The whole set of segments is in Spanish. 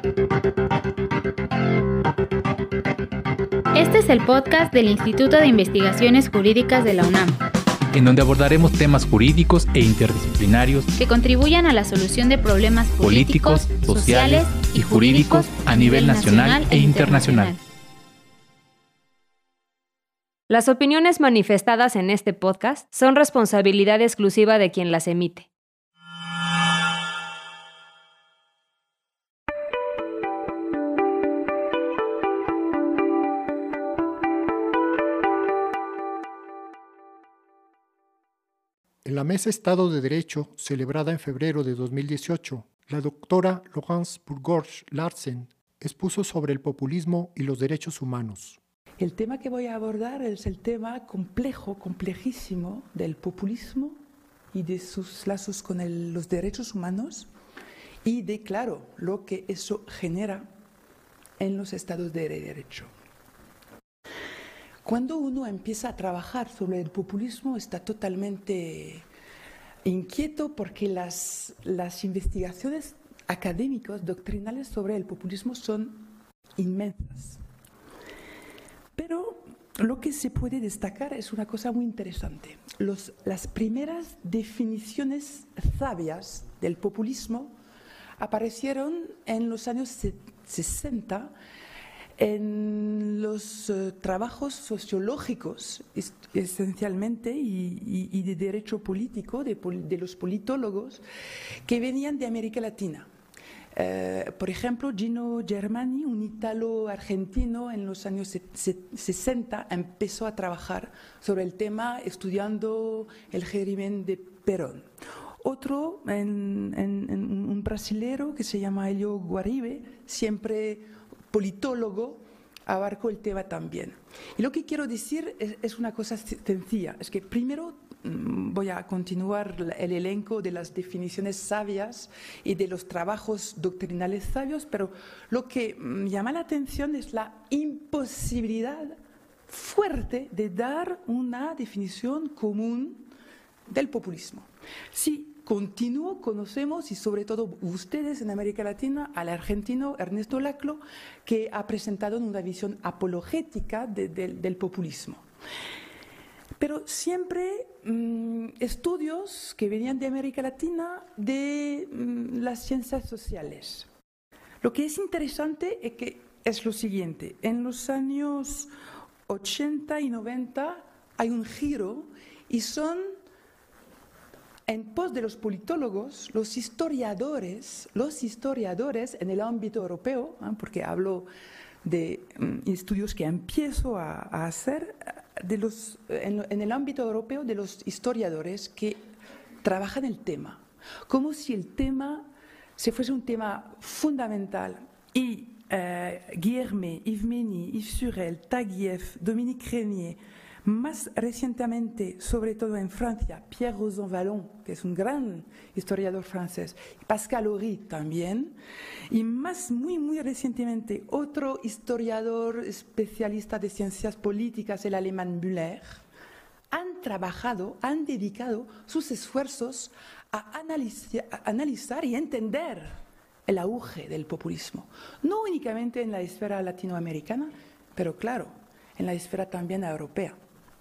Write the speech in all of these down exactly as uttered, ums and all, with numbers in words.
Este es el podcast del Instituto de Investigaciones Jurídicas de la UNAM, en donde abordaremos temas jurídicos e interdisciplinarios que contribuyan a la solución de problemas políticos, políticos, sociales y jurídicos a nivel nacional e internacional. Las opiniones manifestadas en este podcast son responsabilidad exclusiva de quien las emite. En la Mesa Estado de Derecho, celebrada en febrero de dos mil dieciocho, la doctora Laurence Bourgeois-Larsen expuso sobre el populismo y los derechos humanos. El tema que voy a abordar es el tema complejo, complejísimo del populismo y de sus lazos con el, los derechos humanos y de, claro, lo que eso genera en los estados de derecho. Cuando uno empieza a trabajar sobre el populismo está totalmente inquieto porque las, las investigaciones académicas, doctrinales sobre el populismo son inmensas. Pero lo que se puede destacar es una cosa muy interesante. Los, las primeras definiciones sabias del populismo aparecieron en los años sesenta en los uh, trabajos sociológicos es, esencialmente y, y, y de derecho político de, de los politólogos que venían de América Latina. Uh, por ejemplo, Gino Germani, un ítalo-argentino en los años sesenta, empezó a trabajar sobre el tema estudiando el régimen de Perón. Otro, en, en, en un brasilero que se llama Helio Guaribe, siempre politólogo, abarcó el tema también. Y lo que quiero decir es, es una cosa sencilla, es que primero mmm, voy a continuar el elenco de las definiciones sabias y de los trabajos doctrinales sabios, pero lo que mmm, llama la atención es la imposibilidad fuerte de dar una definición común del populismo. Sí, continúo, conocemos, y sobre todo ustedes en América Latina, al argentino Ernesto Laclau, que ha presentado una visión apologética de, de, del populismo. Pero siempre mmm, estudios que venían de América Latina de mmm, las ciencias sociales. Lo que es interesante es que es lo siguiente, en los años ochenta y noventa hay un giro y son en pos de los politólogos, los historiadores, los historiadores en el ámbito europeo, ¿eh? porque hablo de um, estudios que empiezo a, a hacer de los, en, en el ámbito europeo de los historiadores que trabajan el tema, como si el tema se fuese un tema fundamental. Y eh, Guillermet, Yves Meny, Yves Surel, Taguieff, Dominique Régnier, más recientemente, sobre todo en Francia, Pierre Rosanvallon, que es un gran historiador francés, Pascal Horry también, y más muy, muy recientemente, otro historiador especialista de ciencias políticas, el alemán Müller, han trabajado, han dedicado sus esfuerzos a analizar, a analizar y entender el auge del populismo, no únicamente en la esfera latinoamericana, pero claro, en la esfera también europea.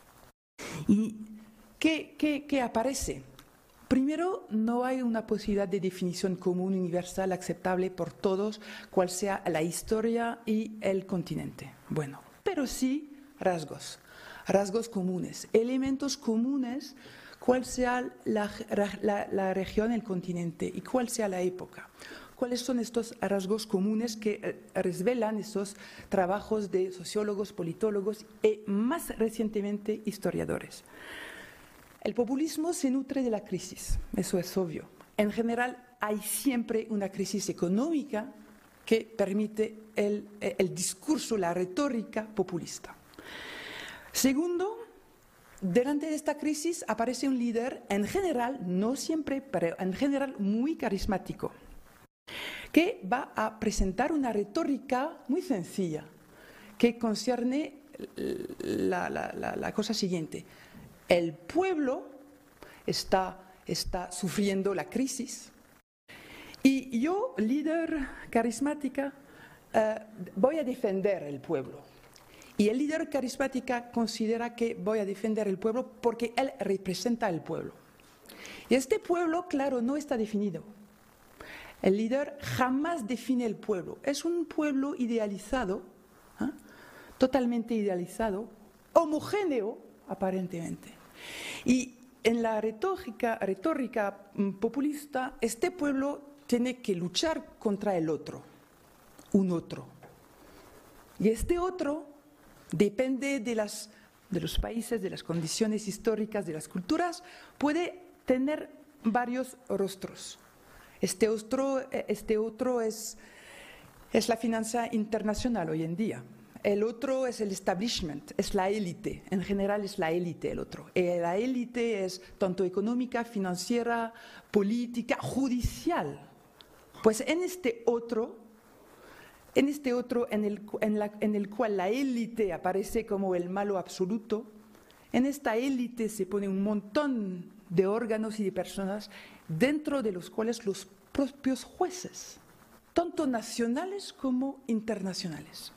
¿Y qué, qué, qué aparece? Primero, no hay una posibilidad de definición común, universal, aceptable por todos, cual sea la historia y el continente. Bueno, pero sí rasgos, rasgos comunes, elementos comunes, cuál sea la, la, la región, el continente y cuál sea la época. ¿Cuáles son estos rasgos comunes que revelan estos trabajos de sociólogos, politólogos y más recientemente historiadores? El populismo se nutre de la crisis, eso es obvio. En general hay siempre una crisis económica que permite el, el discurso, la retórica populista. Segundo, delante de esta crisis aparece un líder, en general, no siempre, pero en general muy carismático, que va a presentar una retórica muy sencilla, que concierne la, la, la, la cosa siguiente. El pueblo está, está sufriendo la crisis Y yo, líder carismática, uh, voy a defender el pueblo. Y el líder carismática considera que voy a defender el pueblo porque él representa al pueblo. Y este pueblo, claro, no está definido. El líder jamás define el pueblo. Es un pueblo idealizado, ¿eh? totalmente idealizado, homogéneo, aparentemente. Y en la retórica, retórica populista, este pueblo tiene que luchar contra el otro, un otro. Y este otro depende de, las, de los países, de las condiciones históricas, de las culturas, puede tener varios rostros. Este otro, este otro es, es la finanza internacional hoy en día. El otro es el establishment, es la élite. En general es la élite el otro. Y la élite es tanto económica, financiera, política, judicial. Pues en este otro, en este otro en el, en la, en el cual la élite aparece como el malo absoluto, en esta élite se pone un montón de órganos y de personas dentro de los cuales los propios jueces, tanto nacionales como internacionales.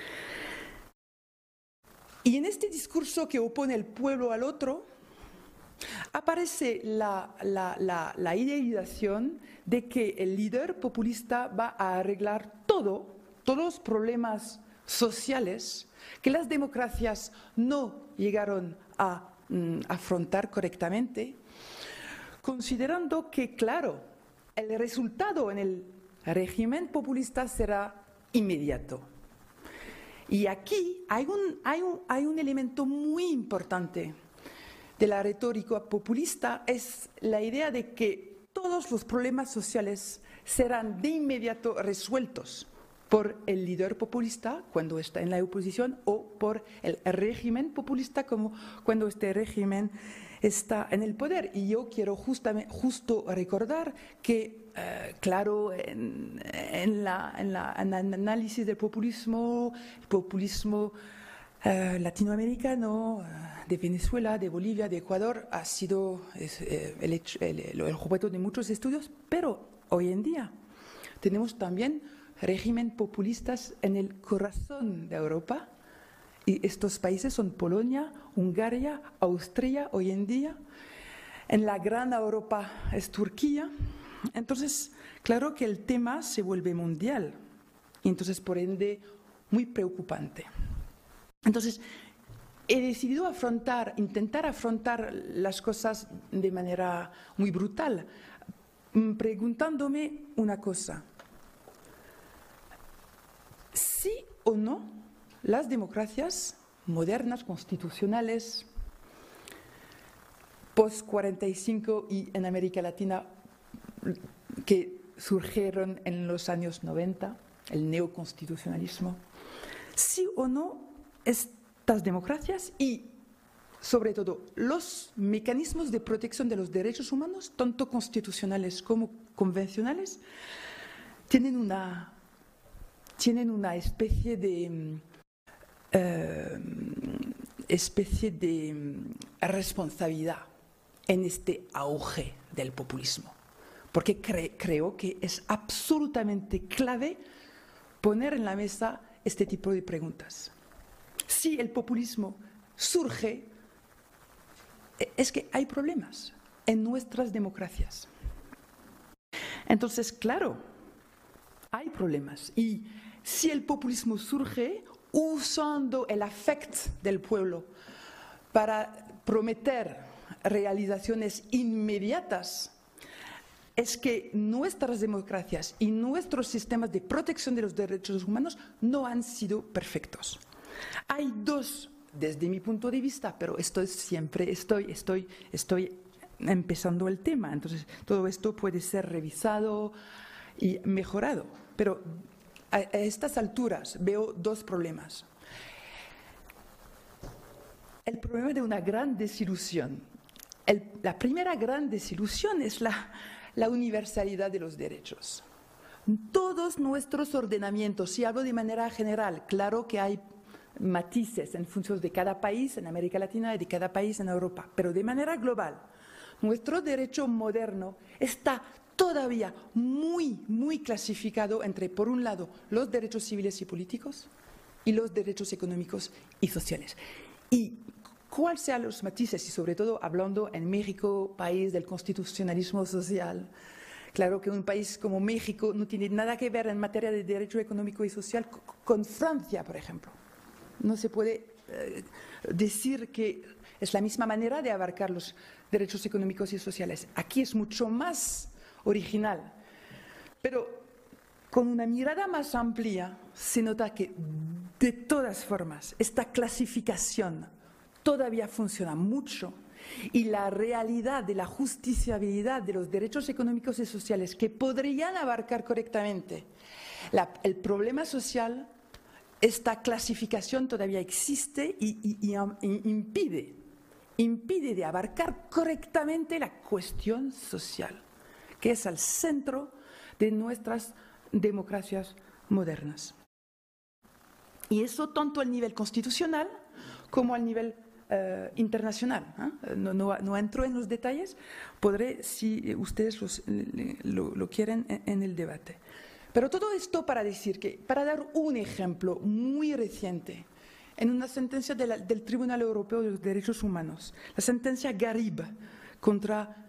Y en este discurso que opone el pueblo al otro, aparece la, la, la, la idealización de que el líder populista va a arreglar todo, todos los problemas sociales que las democracias no llegaron a mm, afrontar correctamente, considerando que, claro, el resultado en el régimen populista será inmediato. Y aquí hay un, hay un, hay un elemento muy importante de la retórica populista, es la idea de que todos los problemas sociales serán de inmediato resueltos por el líder populista cuando está en la oposición o por el régimen populista como cuando este régimen está en el poder. Y yo quiero justamente, justo recordar que, eh, claro, en, en, la, en, la, en el análisis del populismo, el populismo eh, latinoamericano, eh, de Venezuela, de Bolivia, de Ecuador, ha sido es, eh, el, hecho, el, el, el objeto de muchos estudios, pero hoy en día tenemos también regímenes populistas en el corazón de Europa. Y estos países son Polonia, Hungría, Austria hoy en día. En la gran Europa es Turquía. Entonces, claro que el tema se vuelve mundial. Y entonces, por ende, muy preocupante. Entonces, he decidido afrontar, intentar afrontar las cosas de manera muy brutal, preguntándome una cosa. ¿Sí o no las democracias modernas, constitucionales, post cuarenta y cinco y en América Latina, que surgieron en los años noventa, el neoconstitucionalismo, sí o no estas democracias y, sobre todo, los mecanismos de protección de los derechos humanos, tanto constitucionales como convencionales, tienen una, tienen una especie de... Uh, especie de responsabilidad en este auge del populismo, porque cre creo que es absolutamente clave poner en la mesa este tipo de preguntas. Si el populismo surge, es que hay problemas en nuestras democracias. Entonces, claro, hay problemas. Y si el populismo surge usando el afecto del pueblo para prometer realizaciones inmediatas, es que nuestras democracias y nuestros sistemas de protección de los derechos humanos no han sido perfectos. Hay dos, desde mi punto de vista, pero esto es siempre estoy, estoy, estoy empezando el tema, entonces todo esto puede ser revisado y mejorado, pero a estas alturas veo dos problemas. El problema de una gran desilusión. El, la primera gran desilusión es la, la universalidad de los derechos. Todos nuestros ordenamientos, si hablo de manera general, claro que hay matices en función de cada país en América Latina y de cada país en Europa, pero de manera global, nuestro derecho moderno está todavía muy, muy clasificado entre, por un lado, los derechos civiles y políticos y los derechos económicos y sociales. Y cuáles sean los matices, y sobre todo hablando en México, país del constitucionalismo social. Claro que un país como México no tiene nada que ver en materia de derecho económico y social con Francia, por ejemplo. No se puede eh, decir que es la misma manera de abarcar los derechos económicos y sociales. Aquí es mucho más original. Pero con una mirada más amplia se nota que, de todas formas, esta clasificación todavía funciona mucho y la realidad de la justiciabilidad de los derechos económicos y sociales que podrían abarcar correctamente la, el problema social, esta clasificación todavía existe y, y, y, y impide, impide de abarcar correctamente la cuestión social, que es al centro de nuestras democracias modernas. Y eso tanto al nivel constitucional como al nivel eh, internacional. ¿eh? No, no, no entro en los detalles, podré, si ustedes los, lo, lo quieren, en, en el debate. Pero todo esto para decir que, para dar un ejemplo muy reciente, en una sentencia de la, del Tribunal Europeo de los Derechos Humanos, la sentencia Garib contra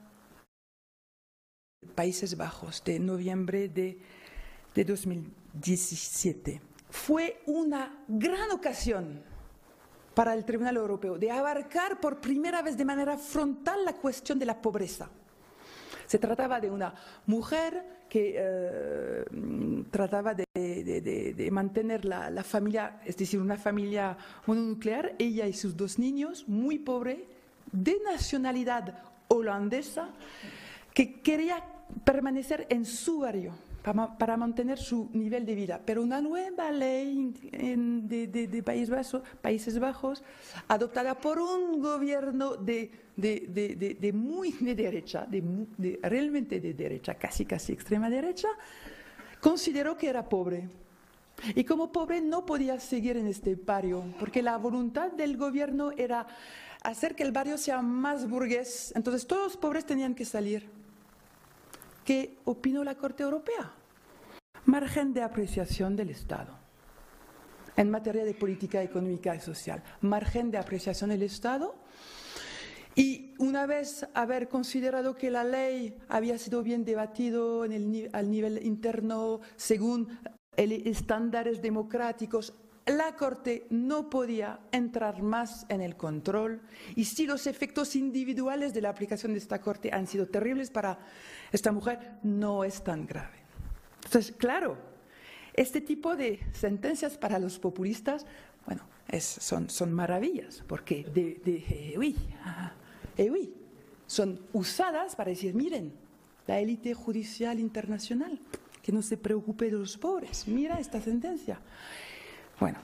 Países Bajos de noviembre de, de dos mil diecisiete, fue una gran ocasión para el Tribunal Europeo de abarcar por primera vez de manera frontal la cuestión de la pobreza. Se trataba de una mujer que eh, trataba de, de, de, de mantener la, la familia, es decir, una familia mononuclear, ella y sus dos niños, muy pobre, de nacionalidad holandesa, que quería permanecer en su barrio para, para mantener su nivel de vida. Pero una nueva ley en, de, de, de País Bajo, Países Bajos, adoptada por un gobierno de, de, de, de, de muy de derecha, de, de, realmente de derecha, casi casi extrema derecha, consideró que era pobre. Y como pobre no podía seguir en este barrio, porque la voluntad del gobierno era hacer que el barrio sea más burgués. Entonces todos los pobres tenían que salir. ¿Qué opinó la Corte Europea? Margen de apreciación del Estado. En materia de política económica y social, margen de apreciación del Estado. Y una vez haber considerado que la ley había sido bien debatido en el, al nivel interno según el, estándares democráticos, la Corte no podía entrar más en el control, y si los efectos individuales de la aplicación de esta Corte han sido terribles para esta mujer, no es tan grave. Entonces, claro, este tipo de sentencias para los populistas, bueno, es, son, son maravillas, porque de, de, eh, oui, eh, oui, son usadas para decir, miren, la élite judicial internacional, que no se preocupe de los pobres, mira esta sentencia. Bueno,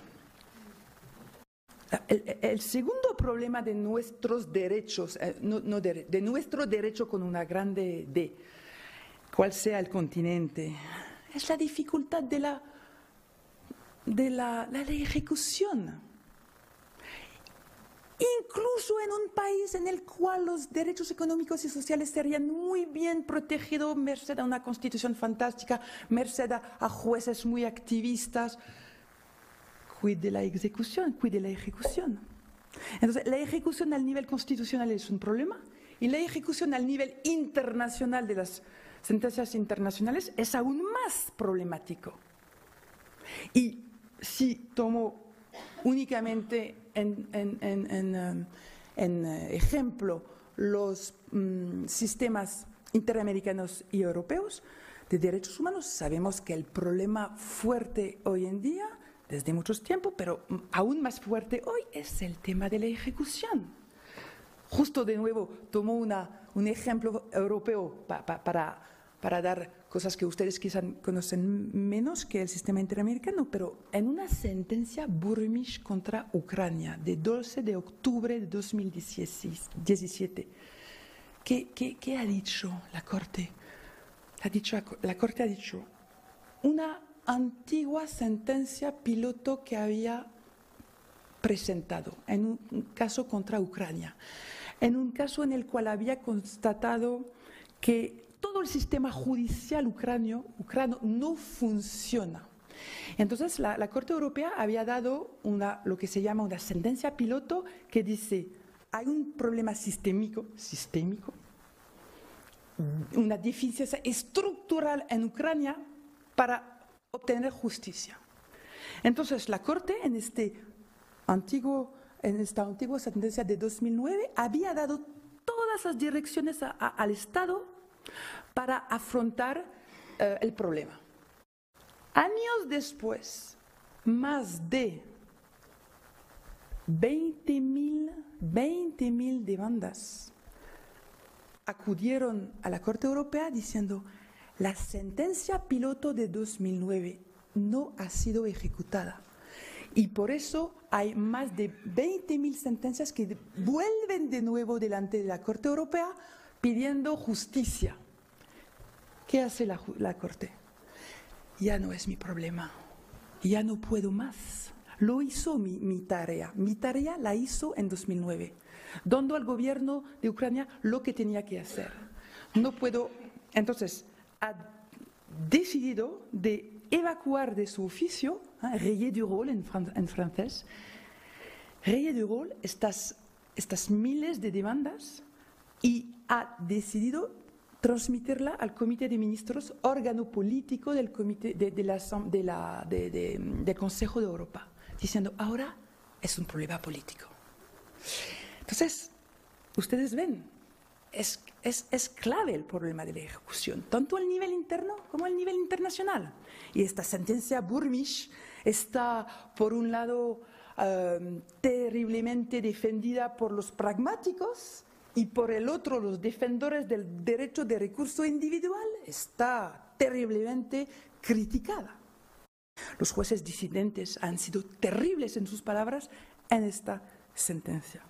el, el segundo problema de nuestros derechos, eh, no, no de, de nuestro derecho con una grande D, cual sea el continente, es la dificultad de la, de la, la, la ejecución. Incluso en un país en el cual los derechos económicos y sociales serían muy bien protegidos, merced a una constitución fantástica, merced a jueces muy activistas, cuide la ejecución, cuide la ejecución. Entonces, la ejecución al nivel constitucional es un problema y la ejecución al nivel internacional de las sentencias internacionales es aún más problemático. Y si tomo únicamente en, en, en, en, en ejemplo los um, sistemas interamericanos y europeos de derechos humanos, sabemos que el problema fuerte hoy en día, desde muchos tiempos, pero aún más fuerte hoy, es el tema de la ejecución. Justo de nuevo tomo una, un ejemplo europeo pa, pa, para, para dar cosas que ustedes quizás conocen menos que el sistema interamericano, pero en una sentencia Burmish contra Ucrania de doce de octubre de dos mil diecisiete, ¿qué, qué, qué ha dicho la Corte? Ha dicho, la Corte ha dicho una antigua sentencia piloto que había presentado en un caso contra Ucrania, en un caso en el cual había constatado que todo el sistema judicial ucranio, ucraniano no funciona. Entonces la, la Corte Europea había dado una, lo que se llama una sentencia piloto que dice, hay un problema sistémico, sistémico, una deficiencia estructural en Ucrania para obtener justicia. Entonces la Corte en, este antiguo, en esta antigua sentencia de dos mil nueve había dado todas las direcciones a, a, al Estado para afrontar uh, el problema. Años después, más de veinte mil demandas acudieron a la Corte Europea diciendo la sentencia piloto de dos mil nueve no ha sido ejecutada. Y por eso hay más de veinte mil sentencias que vuelven de nuevo delante de la Corte Europea pidiendo justicia. ¿Qué hace la, la Corte? Ya no es mi problema, ya no puedo más. Lo hizo mi, mi tarea, mi tarea la hizo en dos mil nueve, dando al gobierno de Ucrania lo que tenía que hacer. No puedo, entonces, ha decidido de evacuar de su oficio, ¿eh? rayer du rôle en, fran en francés, rayer du rôle estas, estas miles de demandas y ha decidido transmitirla al Comité de Ministros, órgano político del, comité de, de la, de la, de, de, del Consejo de Europa, diciendo, ahora es un problema político. Entonces, ustedes ven, es, es, es clave el problema de la ejecución, tanto al nivel interno como al nivel internacional. Y esta sentencia Burmish está, por un lado, um, terriblemente defendida por los pragmáticos, y por el otro, los defensores del derecho de recurso individual, está terriblemente criticada. Los jueces disidentes han sido terribles en sus palabras en esta sentencia.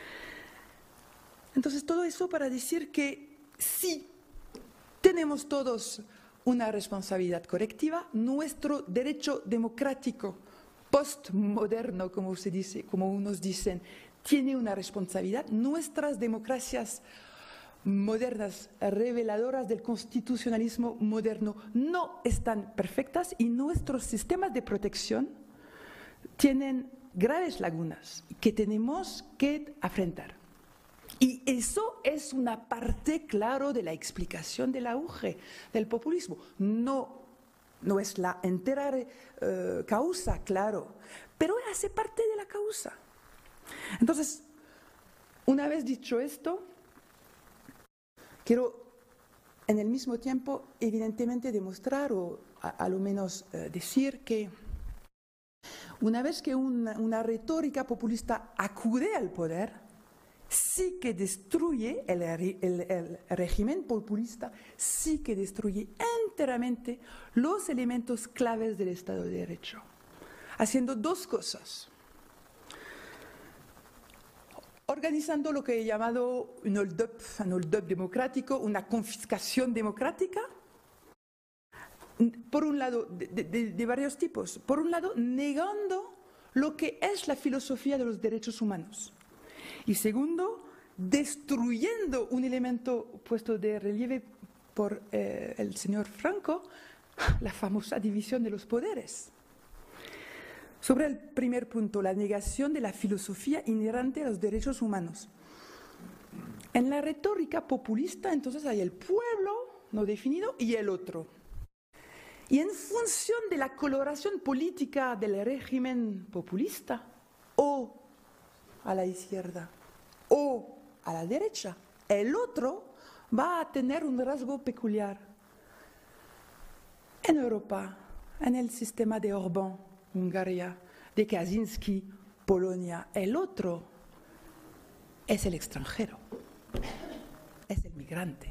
Entonces, todo eso para decir que sí, tenemos todos una responsabilidad colectiva, nuestro derecho democrático postmoderno, como se dice, como unos dicen, tiene una responsabilidad. Nuestras democracias modernas, reveladoras del constitucionalismo moderno, no están perfectas y nuestros sistemas de protección tienen graves lagunas que tenemos que afrontar. Y eso es una parte, claro, de la explicación del auge del populismo. No, no es la entera uh, causa, claro, pero hace parte de la causa. Entonces, una vez dicho esto, quiero en el mismo tiempo evidentemente demostrar o a, a lo menos eh, decir que una vez que una, una retórica populista acude al poder, sí que destruye el, el, el régimen populista, sí que destruye enteramente los elementos claves del Estado de Derecho, haciendo dos cosas. Organizando lo que he llamado un hold-up, un hold-up democrático, una confiscación democrática, por un lado, de, de, de varios tipos. Por un lado, negando lo que es la filosofía de los derechos humanos. Y segundo, destruyendo un elemento puesto de relieve por eh, el señor Franco, la famosa división de los poderes. Sobre el primer punto, la negación de la filosofía inherente a los derechos humanos. En la retórica populista, entonces, hay el pueblo no definido y el otro. Y en función de la coloración política del régimen populista, o a la izquierda o a la derecha, el otro va a tener un rasgo peculiar. En Europa, en el sistema de Orbán, Hungría, de Kaczynski, Polonia, el otro es el extranjero, es el migrante.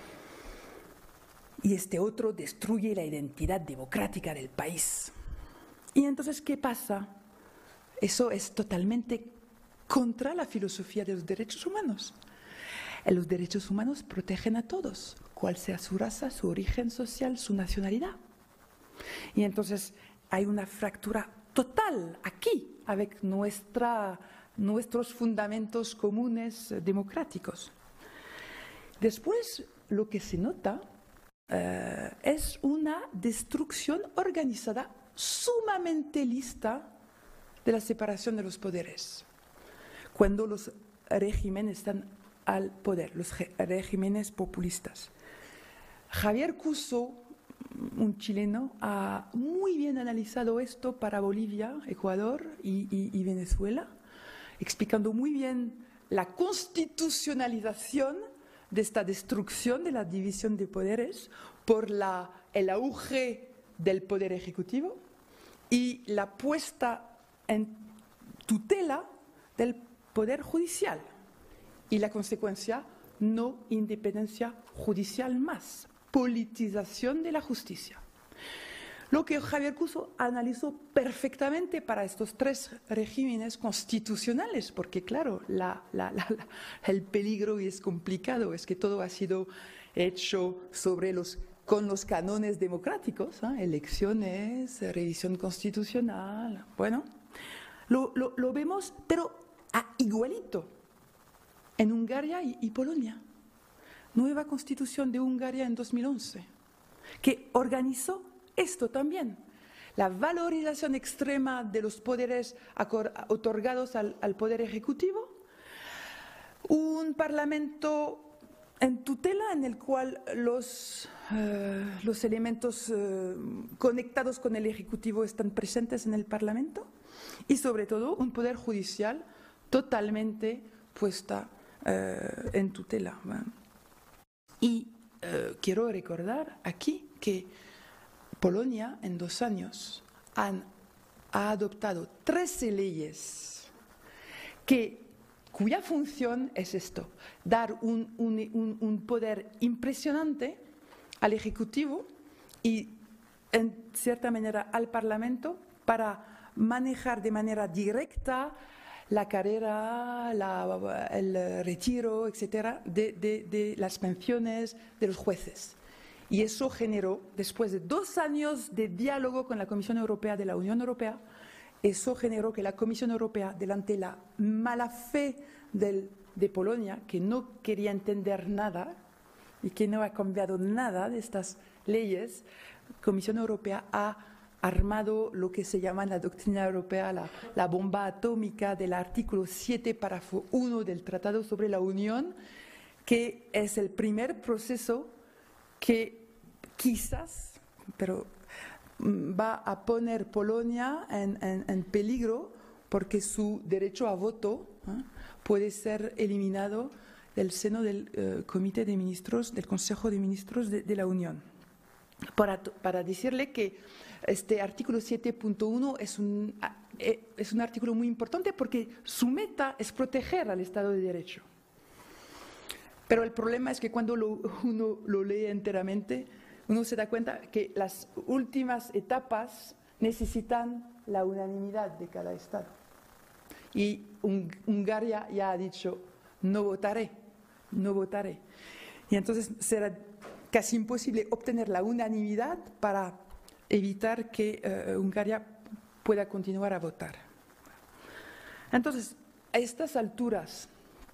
Y este otro destruye la identidad democrática del país. Y entonces, ¿qué pasa? Eso es totalmente contra la filosofía de los derechos humanos. Los derechos humanos protegen a todos, cual sea su raza, su origen social, su nacionalidad. Y entonces hay una fractura total aquí, avec nuestra, nuestros fundamentos comunes democráticos. Después, lo que se nota eh, es una destrucción organizada sumamente lista de la separación de los poderes. Cuando los regímenes están al poder, los regímenes populistas. Javier Cuso, un chileno, ha muy bien analizado esto para Bolivia, Ecuador y, y, y Venezuela, explicando muy bien la constitucionalización de esta destrucción de la división de poderes por la, el auge del poder ejecutivo y la puesta en tutela del poder judicial y la consecuencia, no independencia judicial más, politización de la justicia. Lo que Javier Cuso analizó perfectamente para estos tres regímenes constitucionales, porque claro, la, la, la, la, el peligro, y es complicado, es que todo ha sido hecho sobre los, con los cánones democráticos, ¿eh? Elecciones, revisión constitucional, bueno, lo, lo, lo vemos, pero a igualito en Hungría y, y Polonia. Nueva constitución de Hungría en dos mil once, que organizó esto también, la valorización extrema de los poderes otorgados al, al poder ejecutivo, un parlamento en tutela en el cual los, eh, los elementos eh, conectados con el ejecutivo están presentes en el parlamento y sobre todo un poder judicial totalmente puesta eh, en tutela. ¿Verdad? Y eh, quiero recordar aquí que Polonia en dos años han, ha adoptado trece leyes que, cuya función es esto, dar un, un, un, un poder impresionante al Ejecutivo y en cierta manera al Parlamento para manejar de manera directa la carrera, la, el retiro, etcétera, de, de, de las pensiones de los jueces. Y eso generó, después de dos años de diálogo con la Comisión Europea de la Unión Europea, eso generó que la Comisión Europea, delante de la mala fe del, de Polonia, que no quería entender nada y que no ha cambiado nada de estas leyes, la Comisión Europea ha armado lo que se llama en la doctrina europea la, la bomba atómica del artículo siete, párrafo uno del Tratado sobre la Unión, que es el primer proceso que quizás, pero va a poner Polonia en, en, en peligro porque su derecho a voto ¿eh? puede ser eliminado del seno del uh, Comité de Ministros, del Consejo de Ministros de, de la Unión. Para, para decirle que este artículo siete punto uno es un, es un artículo muy importante porque su meta es proteger al Estado de Derecho. Pero el problema es que cuando lo, uno lo lee enteramente, uno se da cuenta que las últimas etapas necesitan la unanimidad de cada Estado. Y Hungría ya ha dicho, no votaré, no votaré. Y entonces será casi imposible obtener la unanimidad para evitar que uh, Hungría pueda continuar a votar. Entonces, a estas alturas,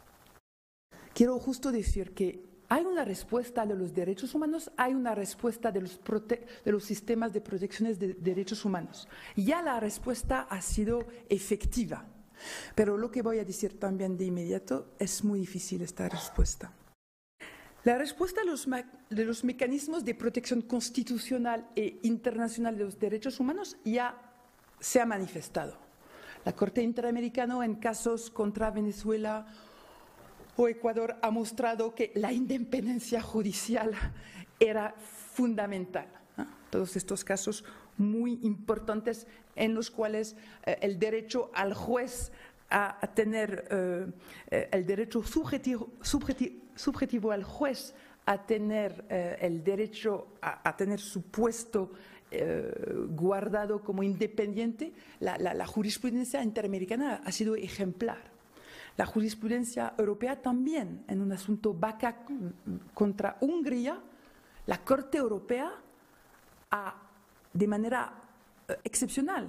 quiero justo decir que hay una respuesta de los derechos humanos, hay una respuesta de los, prote de los sistemas de protecciones de derechos humanos. Ya la respuesta ha sido efectiva, pero lo que voy a decir también de inmediato es muy difícil esta respuesta. La respuesta de los, de los mecanismos de protección constitucional e internacional de los derechos humanos ya se ha manifestado. La Corte Interamericana en casos contra Venezuela o Ecuador ha mostrado que la independencia judicial era fundamental. ¿eh? Todos estos casos muy importantes en los cuales eh, el derecho al juez a, a tener eh, eh, el derecho subjetivo, subjetivo, subjetivo al juez a tener eh, el derecho a, a tener su puesto eh, guardado como independiente, la, la, la jurisprudencia interamericana ha sido ejemplar. La jurisprudencia europea también, en un asunto Vaca contra Hungría, la Corte Europea ha, de manera eh, excepcional,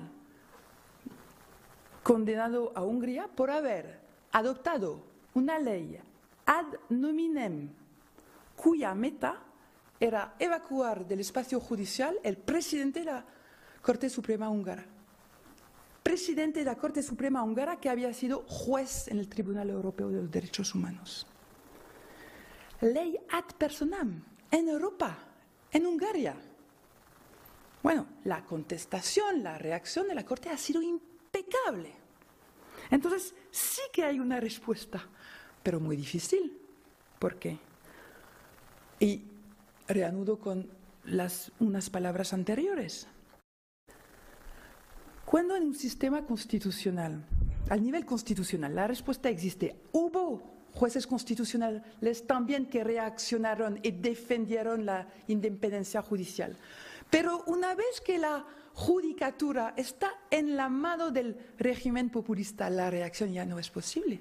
condenado a Hungría por haber adoptado una ley ad nominem cuya meta era evacuar del espacio judicial el presidente de la Corte Suprema húngara. Presidente de la Corte Suprema húngara que había sido juez en el Tribunal Europeo de los Derechos Humanos. Ley ad personam en Europa, en Hungría. Bueno, la contestación, la reacción de la Corte ha sido impecable. Entonces, sí que hay una respuesta, pero muy difícil. ¿Por qué? Y reanudo con las, unas palabras anteriores. Cuando en un sistema constitucional, al nivel constitucional, la respuesta existe, hubo jueces constitucionales también que reaccionaron y defendieron la independencia judicial. Pero una vez que la judicatura está en la mano del régimen populista, la reacción ya no es posible.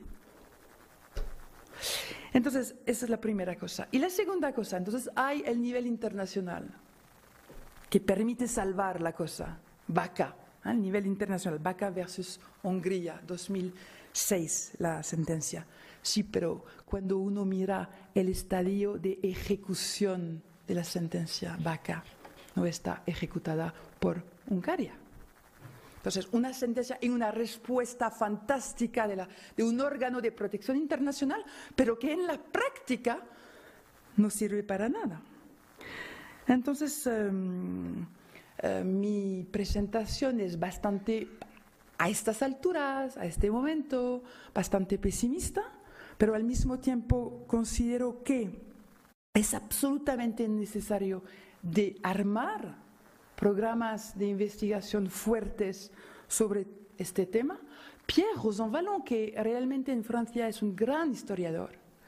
Entonces, esa es la primera cosa. Y la segunda cosa, entonces hay el nivel internacional que permite salvar la cosa. Vaca, ¿eh? El nivel internacional, Vaca versus Hungría, dos mil seis, la sentencia. Sí, pero cuando uno mira el estadio de ejecución de la sentencia, Vaca no está ejecutada por Hungría. Entonces, una sentencia y una respuesta fantástica de, la, de un órgano de protección internacional, pero que en la práctica no sirve para nada. Entonces, um, uh, mi presentación es bastante, a estas alturas, a este momento, bastante pesimista, pero al mismo tiempo considero que es absolutamente necesario de armar programas de investigación fuertes sobre este tema. Pierre Rosanvallon, que realmente en Francia es un gran historiador,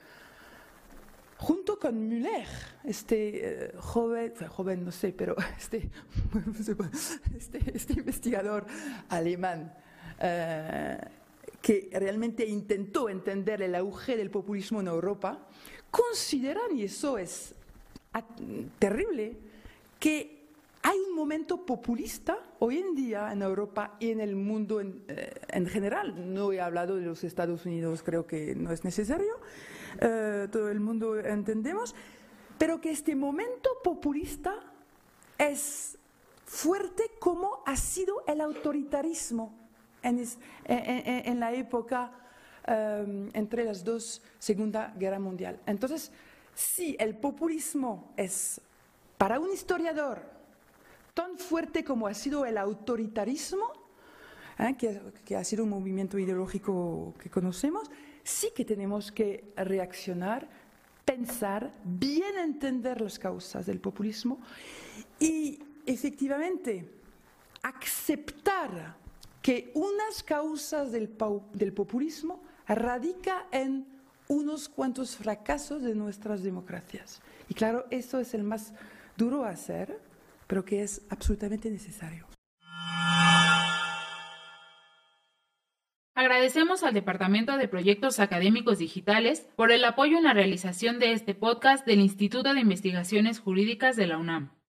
junto con Müller, este uh, joven, joven no sé, pero este, este, este investigador alemán, uh, que realmente intentó entender el auge del populismo en Europa, consideran, y eso es terrible, que hay un momento populista hoy en día en Europa y en el mundo en, eh, en general. No he hablado de los Estados Unidos, creo que no es necesario, eh, todo el mundo entendemos, pero que este momento populista es fuerte como ha sido el autoritarismo en, en, en, en la época um, entre las dos Segunda Guerra Mundial. Entonces, si el populismo es, para un historiador, tan fuerte como ha sido el autoritarismo, ¿eh? que, que ha sido un movimiento ideológico que conocemos, sí que tenemos que reaccionar, pensar, bien entender las causas del populismo y efectivamente aceptar que unas causas del, del populismo radica en unos cuantos fracasos de nuestras democracias. Y claro, eso es el más duro a hacer, pero que es absolutamente necesario. Agradecemos al Departamento de Proyectos Académicos Digitales por el apoyo en la realización de este podcast del Instituto de Investigaciones Jurídicas de la UNAM.